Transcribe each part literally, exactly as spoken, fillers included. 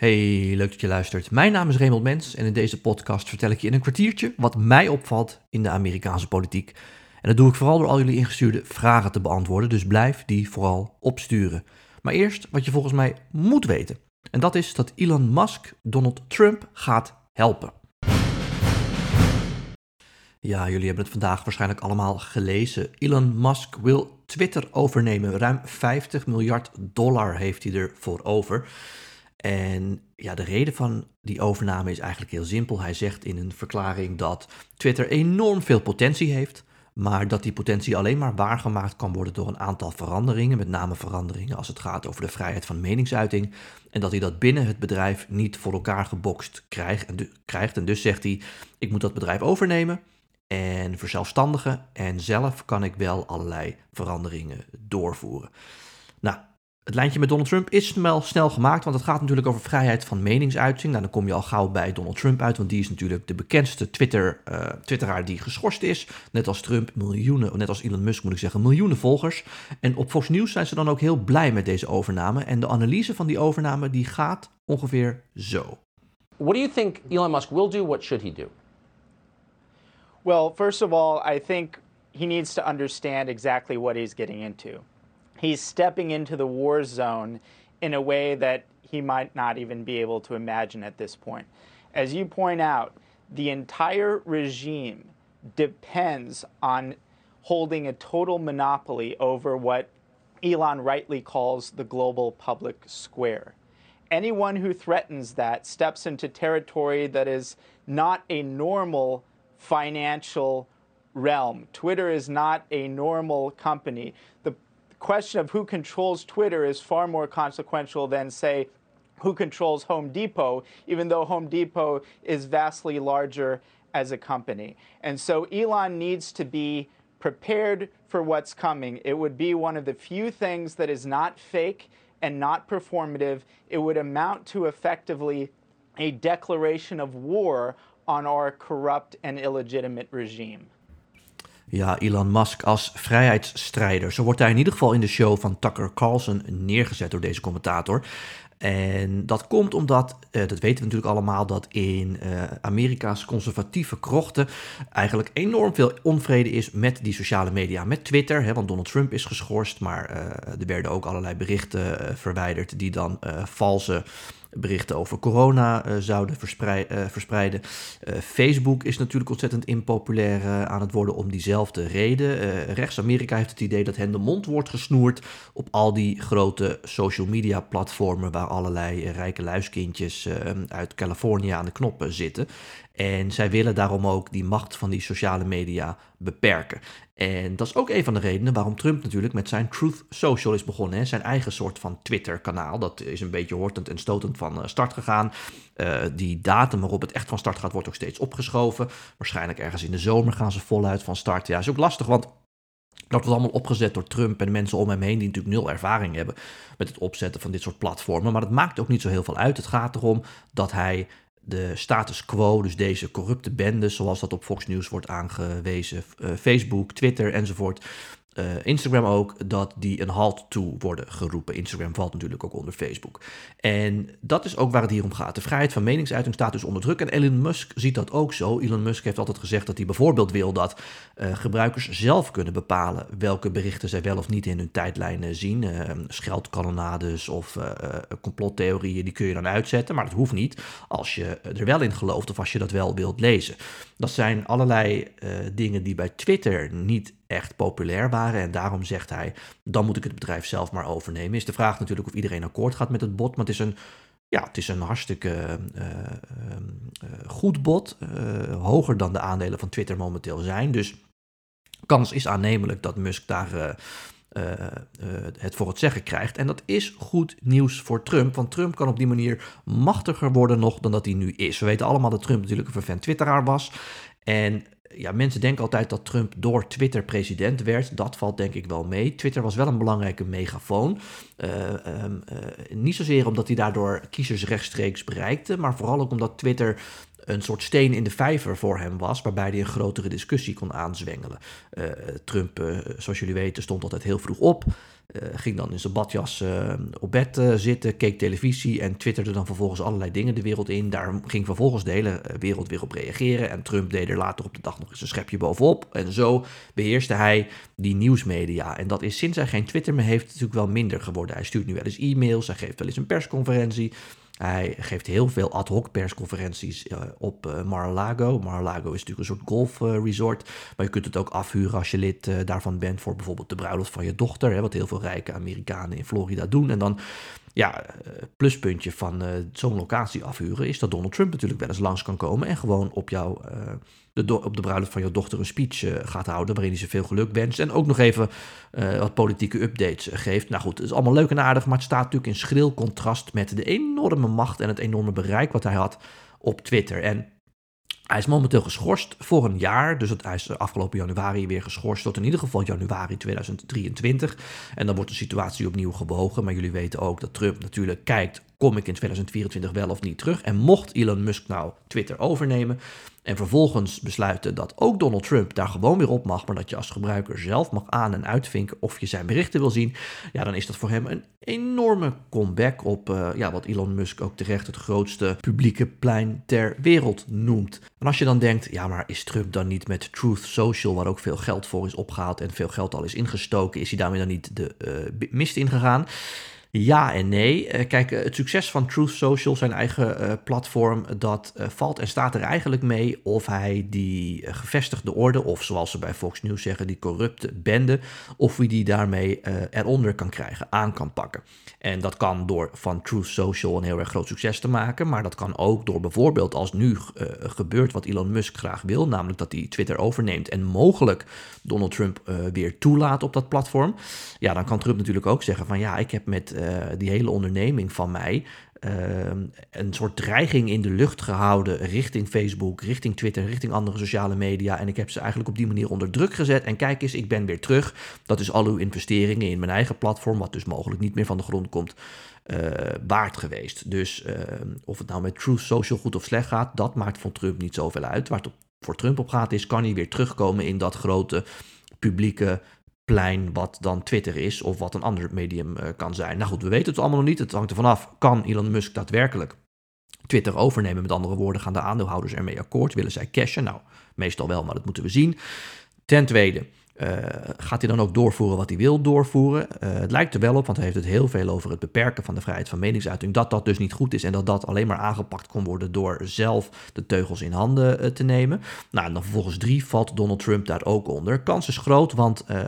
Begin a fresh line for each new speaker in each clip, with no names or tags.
Hey, leuk dat je luistert. Mijn naam is Raymond Mens en in deze podcast vertel ik je in een kwartiertje wat mij opvalt in de Amerikaanse politiek. En dat doe ik vooral door al jullie ingestuurde vragen te beantwoorden, dus blijf die vooral opsturen. Maar eerst wat je volgens mij moet weten. En dat is dat Elon Musk Donald Trump gaat helpen. Ja, jullie hebben het vandaag waarschijnlijk allemaal gelezen. Elon Musk wil Twitter overnemen. Ruim vijftig miljard dollar heeft hij ervoor over. En ja, de reden van die overname is eigenlijk heel simpel. Hij zegt in een verklaring dat Twitter enorm veel potentie heeft, maar dat die potentie alleen maar waargemaakt kan worden door een aantal veranderingen, met name veranderingen als het gaat over de vrijheid van meningsuiting, en dat hij dat binnen het bedrijf niet voor elkaar gebokst krijgt. En, du- krijgt. En dus zegt hij, ik moet dat bedrijf overnemen en verzelfstandigen en zelf kan ik wel allerlei veranderingen doorvoeren. Nou, het lijntje met Donald Trump is snel, snel gemaakt, want het gaat natuurlijk over vrijheid van meningsuiting. Nou, dan kom je al gauw bij Donald Trump uit, want die is natuurlijk de bekendste Twitter, uh, twitteraar die geschorst is. Net als Trump, miljoenen, net als Elon Musk moet ik zeggen, miljoenen volgers. En op Fox News zijn ze dan ook heel blij met deze overname. En de analyse van die overname die gaat ongeveer zo.
What do you think Elon Musk will do? What should he do?
Well, first of all, I think he needs to understand exactly what he's getting into. He's stepping into the war zone in a way that he might not even be able to imagine at this point. As you point out, the entire regime depends on holding a total monopoly over what Elon rightly calls the global public square. Anyone who threatens that steps into territory that is not a normal financial realm. Twitter is not a normal company. The question of who controls Twitter is far more consequential than, say, who controls Home Depot, even though Home Depot is vastly larger as a company. And so Elon needs to be prepared for what's coming. It would be one of the few things that is not fake and not performative. It would amount to effectively a declaration of war on our corrupt and illegitimate regime.
Ja, Elon Musk als vrijheidsstrijder. Zo wordt hij in ieder geval in de show van Tucker Carlson neergezet door deze commentator. En dat komt omdat, uh, dat weten we natuurlijk allemaal, dat in uh, Amerika's conservatieve krochten eigenlijk enorm veel onvrede is met die sociale media, met Twitter. Hè, want Donald Trump is geschorst, maar uh, er werden ook allerlei berichten uh, verwijderd die dan uh, valse berichten over corona uh, zouden versprei- uh, verspreiden. Uh, Facebook is natuurlijk ontzettend impopulair uh, aan het worden om diezelfde reden. Uh, Rechts-Amerika heeft het idee dat hen de mond wordt gesnoerd op al die grote social media platformen waar allerlei uh, rijke luiskindjes uh, uit Californië aan de knoppen zitten. En zij willen daarom ook die macht van die sociale media beperken. En dat is ook een van de redenen waarom Trump natuurlijk met zijn Truth Social is begonnen. Hè? Zijn eigen soort van Twitter-kanaal. Dat is een beetje hortend en stotend van start gegaan. Uh, die datum waarop het echt van start gaat, wordt ook steeds opgeschoven. Waarschijnlijk ergens in de zomer gaan ze voluit van start. Ja, is ook lastig, want dat wordt allemaal opgezet door Trump en de mensen om hem heen die natuurlijk nul ervaring hebben met het opzetten van dit soort platformen. Maar dat maakt ook niet zo heel veel uit. Het gaat erom dat hij de status quo, dus deze corrupte bendes, zoals dat op Fox News wordt aangewezen, uh, Facebook, Twitter enzovoort, uh, Instagram ook, dat die een halt toe worden geroepen. Instagram valt natuurlijk ook onder Facebook. En dat is ook waar het hier om gaat. De vrijheid van meningsuiting staat dus onder druk en Elon Musk ziet dat ook zo. Elon Musk heeft altijd gezegd dat hij bijvoorbeeld wil dat uh, gebruikers zelf kunnen bepalen welke berichten zij wel of niet in hun tijdlijnen zien. Uh, scheldkanonades of uh, complottheorieën, die kun je dan uitzetten, maar dat hoeft niet als je er wel in gelooft of als je dat wel wilt lezen. Dat zijn allerlei uh, dingen die bij Twitter niet echt populair waren en daarom zegt hij, dan moet ik het bedrijf zelf maar overnemen. Is de vraag natuurlijk of iedereen akkoord gaat met het bod, maar het is een, ja, het is een hartstikke uh, uh, uh, goed bod, uh, hoger dan de aandelen van Twitter momenteel zijn, dus kans is aannemelijk dat Musk daar uh, Uh, uh, het voor het zeggen krijgt. En dat is goed nieuws voor Trump, want Trump kan op die manier machtiger worden nog dan dat hij nu is. We weten allemaal dat Trump natuurlijk een vervent twitteraar was. En ja, mensen denken altijd dat Trump door Twitter president werd. Dat valt denk ik wel mee. Twitter was wel een belangrijke megafoon. Uh, um, uh, niet zozeer omdat hij daardoor kiezers rechtstreeks bereikte, maar vooral ook omdat Twitter een soort steen in de vijver voor hem was, waarbij hij een grotere discussie kon aanzwengelen. Uh, Trump, uh, zoals jullie weten, stond altijd heel vroeg op. uh, ging dan in zijn badjas uh, op bed uh, zitten, keek televisie en twitterde dan vervolgens allerlei dingen de wereld in. Daar ging vervolgens de hele wereld weer op reageren en Trump deed er later op de dag nog eens een schepje bovenop. En zo beheerste hij die nieuwsmedia. En dat is sinds hij geen Twitter meer heeft natuurlijk wel minder geworden. Hij stuurt nu wel eens e-mails, hij geeft wel eens een persconferentie. Hij geeft heel veel ad hoc persconferenties uh, op uh, Mar-a-Lago. Mar-a-Lago is natuurlijk een soort golfresort. Uh, maar je kunt het ook afhuren als je lid uh, daarvan bent voor bijvoorbeeld de bruiloft van je dochter. Hè, wat heel veel rijke Amerikanen in Florida doen. En dan, ja, uh, pluspuntje van uh, zo'n locatie afhuren is dat Donald Trump natuurlijk wel eens langs kan komen en gewoon op jou... Uh, De do- op de bruiloft van jouw dochter een speech uh, gaat houden waarin hij ze veel geluk wenst en ook nog even uh, wat politieke updates uh, geeft. Nou goed, het is allemaal leuk en aardig, maar het staat natuurlijk in schril contrast met de enorme macht en het enorme bereik wat hij had op Twitter. En hij is momenteel geschorst voor een jaar, dus het, hij is afgelopen januari weer geschorst tot in ieder geval januari tweeduizend drieëntwintig. En dan wordt de situatie opnieuw gewogen, maar jullie weten ook dat Trump natuurlijk kijkt, kom ik in tweeduizend vierentwintig wel of niet terug? En mocht Elon Musk nou Twitter overnemen en vervolgens besluiten dat ook Donald Trump daar gewoon weer op mag, maar dat je als gebruiker zelf mag aan- en uitvinken of je zijn berichten wil zien, ja, dan is dat voor hem een enorme comeback op uh, ja, wat Elon Musk ook terecht het grootste publieke plein ter wereld noemt. En als je dan denkt, ja, maar is Trump dan niet met Truth Social, waar ook veel geld voor is opgehaald en veel geld al is ingestoken, is hij daarmee dan niet de uh, mist ingegaan? Ja en nee. Kijk, het succes van Truth Social, zijn eigen uh, platform, dat uh, valt en staat er eigenlijk mee of hij die uh, gevestigde orde, of zoals ze bij Fox News zeggen, die corrupte bende, of hij die daarmee uh, eronder kan krijgen, aan kan pakken. En dat kan door van Truth Social een heel erg groot succes te maken, maar dat kan ook door bijvoorbeeld als nu uh, gebeurt wat Elon Musk graag wil, namelijk dat hij Twitter overneemt en mogelijk Donald Trump uh, weer toelaat op dat platform. Ja, dan kan Trump natuurlijk ook zeggen van ja, ik heb met uh, die hele onderneming van mij uh, een soort dreiging in de lucht gehouden richting Facebook, richting Twitter, richting andere sociale media. En ik heb ze eigenlijk op die manier onder druk gezet. En kijk eens, ik ben weer terug. Dat is al uw investeringen in mijn eigen platform, wat dus mogelijk niet meer van de grond komt, uh, waard geweest. Dus uh, of het nou met Truth Social goed of slecht gaat, dat maakt voor Trump niet zoveel uit. Waar het op, voor Trump op gaat is, kan hij weer terugkomen in dat grote publieke plein wat dan Twitter is of wat een ander medium uh, kan zijn. Nou goed, we weten het allemaal nog niet. Het hangt ervan af. Kan Elon Musk daadwerkelijk Twitter overnemen? Met andere woorden, gaan de aandeelhouders ermee akkoord? Willen zij cashen? Nou, meestal wel, maar dat moeten we zien. Ten tweede, Uh, gaat hij dan ook doorvoeren wat hij wil doorvoeren? Uh, het lijkt er wel op, want hij heeft het heel veel over het beperken van de vrijheid van meningsuiting, dat dat dus niet goed is en dat dat alleen maar aangepakt kon worden door zelf de teugels in handen uh, te nemen. Nou, en dan vervolgens drie valt Donald Trump daar ook onder. Kans is groot, want uh, uh,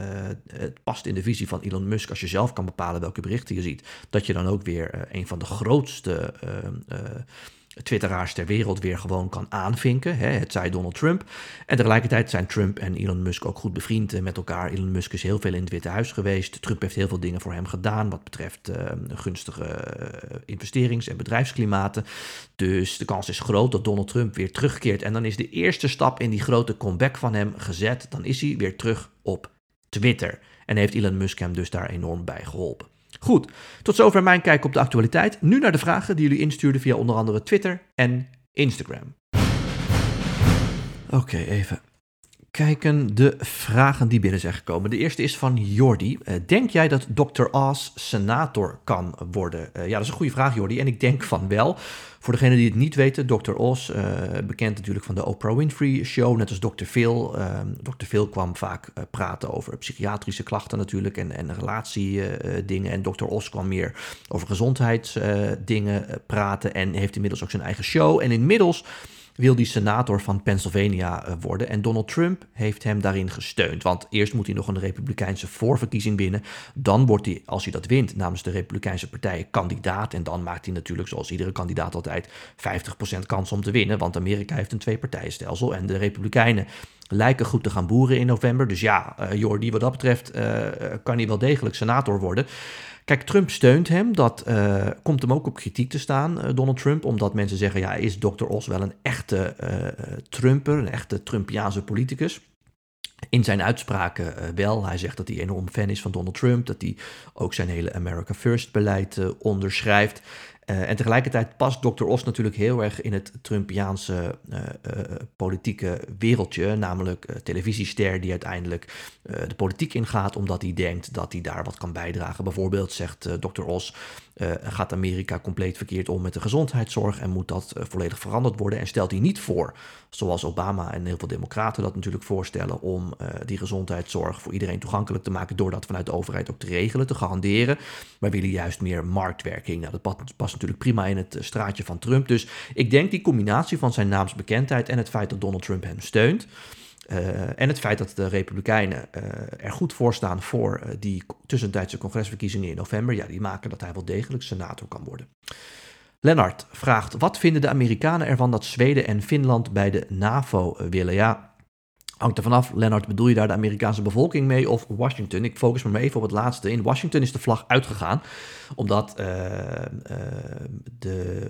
het past in de visie van Elon Musk, als je zelf kan bepalen welke berichten je ziet, dat je dan ook weer uh, een van de grootste Uh, uh, twitteraars ter wereld weer gewoon kan aanvinken. Hè, het zij Donald Trump. En tegelijkertijd zijn Trump en Elon Musk ook goed bevriend met elkaar. Elon Musk is heel veel in het Witte Huis geweest. Trump heeft heel veel dingen voor hem gedaan wat betreft uh, gunstige uh, investerings- en bedrijfsklimaten. Dus de kans is groot dat Donald Trump weer terugkeert. En dan is de eerste stap in die grote comeback van hem gezet. Dan is hij weer terug op Twitter. En heeft Elon Musk hem dus daar enorm bij geholpen. Goed, tot zover mijn kijk op de actualiteit. Nu naar de vragen die jullie instuurden via onder andere Twitter en Instagram. Oké, okay, even kijken de vragen die binnen zijn gekomen. De eerste is van Jordi. Uh, denk jij dat dokter Oz senator kan worden? Uh, ja, dat is een goede vraag, Jordi. En ik denk van wel. Voor degenen die het niet weten, dokter Oz, uh, bekend natuurlijk van de Oprah Winfrey Show, net als dokter Phil. Uh, dokter Phil kwam vaak uh, praten over psychiatrische klachten natuurlijk en, en relatiedingen. Uh, en dokter Oz kwam meer over gezondheidsdingen uh, uh, praten en heeft inmiddels ook zijn eigen show. En inmiddels wil die senator van Pennsylvania worden. En Donald Trump heeft hem daarin gesteund. Want eerst moet hij nog een republikeinse voorverkiezing winnen. Dan wordt hij, als hij dat wint, namens de Republikeinse partij kandidaat. En dan maakt hij natuurlijk, zoals iedere kandidaat altijd, vijftig procent kans om te winnen. Want Amerika heeft een twee-partijenstelsel. En de Republikeinen lijken goed te gaan boeren in november. Dus ja, uh, Jordi, wat dat betreft uh, kan hij wel degelijk senator worden. Kijk, Trump steunt hem. Dat uh, komt hem ook op kritiek te staan, uh, Donald Trump. Omdat mensen zeggen, ja, is dokter Oz wel een echte uh, Trumper, een echte Trumpiaanse politicus? In zijn uitspraken uh, wel. Hij zegt dat hij enorm fan is van Donald Trump. Dat hij ook zijn hele America First beleid uh, onderschrijft. Uh, en tegelijkertijd past dokter Oz natuurlijk heel erg in het Trumpiaanse uh, uh, politieke wereldje. Namelijk uh, televisiester die uiteindelijk uh, de politiek ingaat omdat hij denkt dat hij daar wat kan bijdragen. Bijvoorbeeld zegt uh, dokter Oz, uh, gaat Amerika compleet verkeerd om met de gezondheidszorg en moet dat uh, volledig veranderd worden. En stelt hij niet voor, zoals Obama en heel veel democraten dat natuurlijk voorstellen, om uh, die gezondheidszorg voor iedereen toegankelijk te maken door dat vanuit de overheid ook te regelen, te garanderen. Maar willen juist meer marktwerking. Nou, dat past, past natuurlijk prima in het straatje van Trump. Dus ik denk die combinatie van zijn naamsbekendheid en het feit dat Donald Trump hem steunt, Uh, en het feit dat de Republikeinen uh, er goed voor staan voor uh, die tussentijdse congresverkiezingen in november, ja, die maken dat hij wel degelijk senator kan worden. Lennart vraagt, wat vinden de Amerikanen ervan dat Zweden en Finland bij de NAVO willen? Ja, hangt er vanaf, Lennart, bedoel je daar de Amerikaanse bevolking mee of Washington? Ik focus me maar even op het laatste. In Washington is de vlag uitgegaan, omdat uh, uh, de...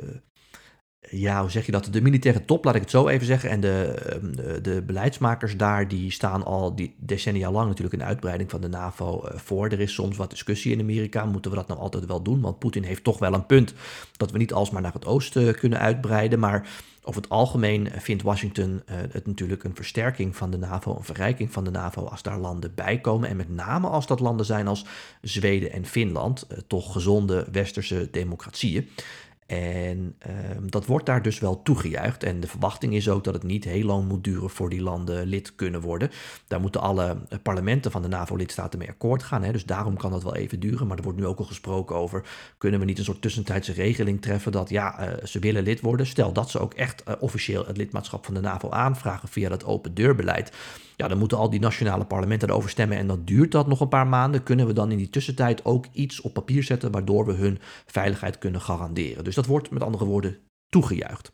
Ja, hoe zeg je dat? De militaire top, laat ik het zo even zeggen. En de, de, de beleidsmakers daar, die staan al die decennia lang natuurlijk in de uitbreiding van de NAVO uh, voor. Er is soms wat discussie in Amerika. Moeten we dat nou altijd wel doen? Want Poetin heeft toch wel een punt dat we niet alsmaar naar het oosten kunnen uitbreiden. Maar over het algemeen vindt Washington uh, het natuurlijk een versterking van de NAVO, een verrijking van de NAVO als daar landen bij komen. En met name als dat landen zijn als Zweden en Finland, uh, toch gezonde westerse democratieën. En uh, dat wordt daar dus wel toegejuicht. En de verwachting is ook dat het niet heel lang moet duren voor die landen lid kunnen worden. Daar moeten alle parlementen van de NAVO-lidstaten mee akkoord gaan. Hè? Dus daarom kan dat wel even duren. Maar er wordt nu ook al gesproken over, kunnen we niet een soort tussentijdse regeling treffen dat ja, uh, ze willen lid worden. Stel dat ze ook echt uh, officieel het lidmaatschap van de NAVO aanvragen via dat open deurbeleid. Ja, dan moeten al die nationale parlementen erover stemmen en dan duurt dat nog een paar maanden. Kunnen we dan in die tussentijd ook iets op papier zetten waardoor we hun veiligheid kunnen garanderen. Dus dat wordt met andere woorden toegejuicht.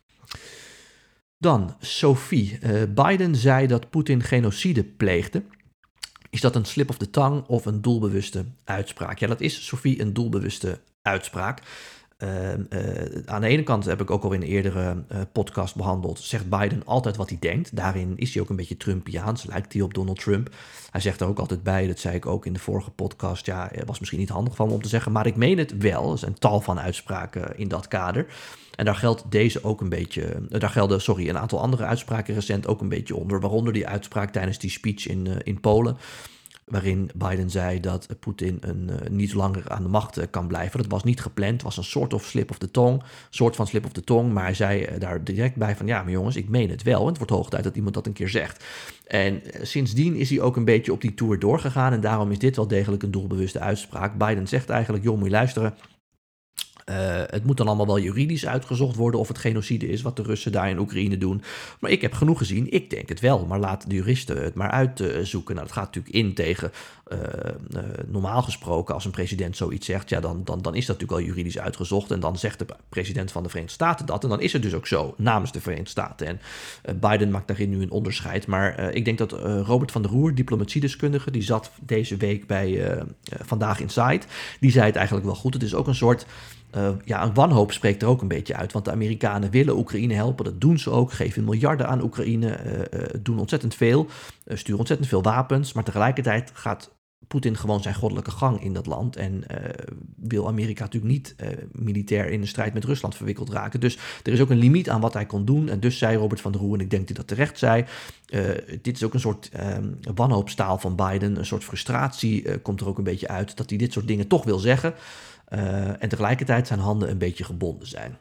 Dan Sophie. Uh, Biden zei dat Poetin genocide pleegde. Is dat een slip of the tongue of een doelbewuste uitspraak? Ja, dat is, Sophie, een doelbewuste uitspraak. Uh, uh, aan de ene kant, heb ik ook al in een eerdere uh, podcast behandeld, zegt Biden altijd wat hij denkt. Daarin is hij ook een beetje Trumpiaans, lijkt hij op Donald Trump. Hij zegt er ook altijd bij, dat zei ik ook in de vorige podcast, ja, het was misschien niet handig van me om te zeggen, maar ik meen het wel. Er zijn tal van uitspraken in dat kader. En daar geldt deze ook een beetje, uh, daar gelden, sorry, een aantal andere uitspraken recent ook een beetje onder. Waaronder die uitspraak tijdens die speech in, uh, in Polen, waarin Biden zei dat Poetin een, uh, niet langer aan de macht uh, kan blijven. Dat was niet gepland, het was een soort of slip of the tongue, soort van slip of the tongue, maar hij zei uh, daar direct bij van, ja, maar jongens, ik meen het wel. En het wordt hoog tijd dat iemand dat een keer zegt. En uh, sindsdien is hij ook een beetje op die tour doorgegaan en daarom is dit wel degelijk een doelbewuste uitspraak. Biden zegt eigenlijk, joh, moet je luisteren, Uh, het moet dan allemaal wel juridisch uitgezocht worden of het genocide is wat de Russen daar in Oekraïne doen. Maar ik heb genoeg gezien, ik denk het wel. Maar laat de juristen het maar uitzoeken. Nou, dat gaat natuurlijk in tegen, uh, uh, normaal gesproken, als een president zoiets zegt, ja, dan, dan, dan is dat natuurlijk al juridisch uitgezocht. En dan zegt de president van de Verenigde Staten dat. En dan is het dus ook zo, namens de Verenigde Staten. En uh, Biden maakt daarin nu een onderscheid. Maar uh, ik denk dat uh, Robert van der Roer, diplomatiedeskundige, die zat deze week bij uh, uh, Vandaag Inside, die zei het eigenlijk wel goed. Het is ook een soort... Uh, ja, een wanhoop spreekt er ook een beetje uit, want de Amerikanen willen Oekraïne helpen, dat doen ze ook, geven miljarden aan Oekraïne, uh, uh, doen ontzettend veel, uh, sturen ontzettend veel wapens, maar tegelijkertijd gaat Poetin gewoon zijn goddelijke gang in dat land en uh, wil Amerika natuurlijk niet uh, militair in een strijd met Rusland verwikkeld raken. Dus er is ook een limiet aan wat hij kon doen en dus zei Robert van der Roer, en ik denk dat hij dat terecht zei, uh, dit is ook een soort uh, wanhoopstaal van Biden, een soort frustratie uh, komt er ook een beetje uit, dat hij dit soort dingen toch wil zeggen. Uh, en tegelijkertijd zijn handen een beetje gebonden zijn.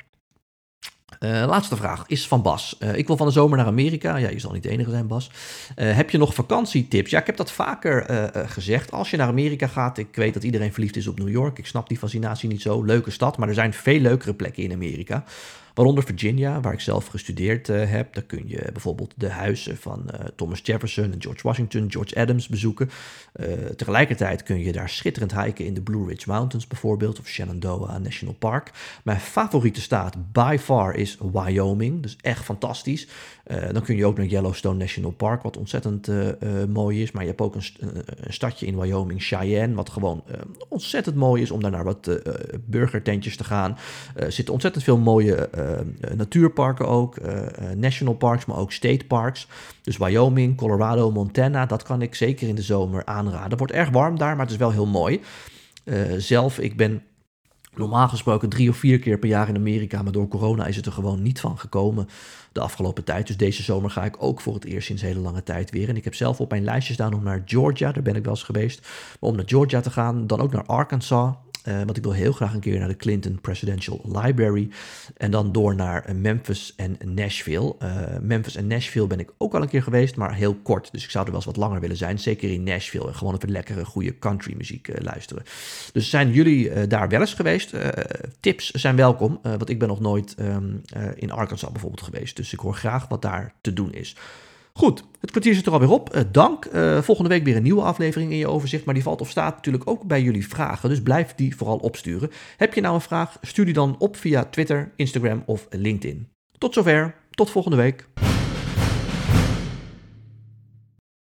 Uh, laatste vraag is van Bas. Uh, ik wil van de zomer naar Amerika. Ja, je zal niet de enige zijn, Bas. Uh, heb je nog vakantietips? Ja, ik heb dat vaker uh, uh, gezegd. Als je naar Amerika gaat, ik weet dat iedereen verliefd is op New York. Ik snap die fascinatie niet zo. Leuke stad, maar er zijn veel leukere plekken in Amerika. Waaronder Virginia, waar ik zelf gestudeerd uh, heb. Daar kun je bijvoorbeeld de huizen van uh, Thomas Jefferson en George Washington, George Adams bezoeken. Uh, tegelijkertijd kun je daar schitterend hiken in de Blue Ridge Mountains bijvoorbeeld, of Shenandoah National Park. Mijn favoriete staat by far is Wyoming, dus echt fantastisch. Uh, dan kun je ook naar Yellowstone National Park, wat ontzettend uh, uh, mooi is. Maar je hebt ook een, st- een stadje in Wyoming, Cheyenne, wat gewoon uh, ontzettend mooi is om daar naar wat uh, burgertentjes te gaan. Er uh, zitten ontzettend veel mooie uh, uh, natuurparken ook, uh, uh, national parks, maar ook state parks. Dus Wyoming, Colorado, Montana, dat kan ik zeker in de zomer aanraden. Het wordt erg warm daar, maar het is wel heel mooi. Uh, zelf, ik ben Normaal gesproken drie of vier keer per jaar in Amerika, maar door corona is het er gewoon niet van gekomen de afgelopen tijd. Dus deze zomer ga ik ook voor het eerst sinds hele lange tijd weer. En ik heb zelf op mijn lijstje staan om naar Georgia, daar ben ik wel eens geweest, maar om naar Georgia te gaan, dan ook naar Arkansas. Uh, want ik wil heel graag een keer naar de Clinton Presidential Library. En dan door naar Memphis en Nashville. Uh, Memphis en Nashville ben ik ook al een keer geweest, maar heel kort. Dus ik zou er wel eens wat langer willen zijn. Zeker in Nashville. En gewoon even lekkere, goede country muziek uh, luisteren. Dus zijn jullie uh, daar wel eens geweest? Uh, tips zijn welkom. Uh, want ik ben nog nooit um, uh, in Arkansas bijvoorbeeld geweest. Dus ik hoor graag wat daar te doen is. Goed, het kwartier zit er alweer op. Uh, dank. Uh, volgende week weer een nieuwe aflevering in je overzicht. Maar die valt of staat natuurlijk ook bij jullie vragen. Dus blijf die vooral opsturen. Heb je nou een vraag? Stuur die dan op via Twitter, Instagram of LinkedIn. Tot zover. Tot volgende week.